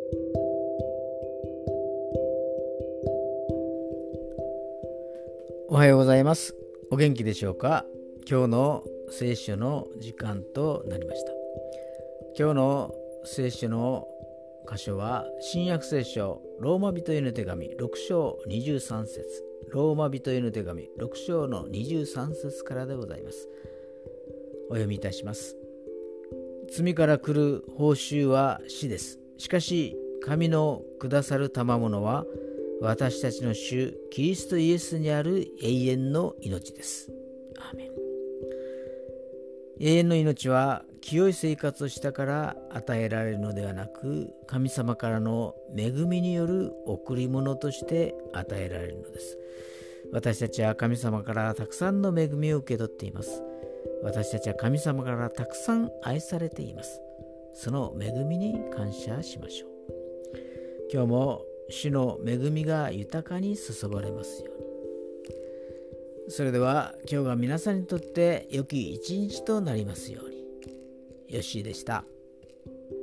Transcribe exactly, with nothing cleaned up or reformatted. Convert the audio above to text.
おはようございます。お元気でしょうか。今日の聖書の時間となりました。今日の聖書の箇所は新約聖書ローマ人への手紙ろく章にじゅうさん節、ローマ人への手紙ろく章のにじゅうさん節からでございます。お読みいたします。罪から来る報酬は死です。しかし神のくださる賜物は私たちの主キリストイエスにある永遠の命です。アーメン。永遠の命は清い生活をしたから与えられるのではなく、神様からの恵みによる贈り物として与えられるのです。私たちは神様からたくさんの恵みを受け取っています。私たちは神様からたくさん愛されています。その恵みに感謝しましょう。今日も主の恵みが豊かに注がれますように。それでは今日が皆さんにとって良き一日となりますように。よっしーでした。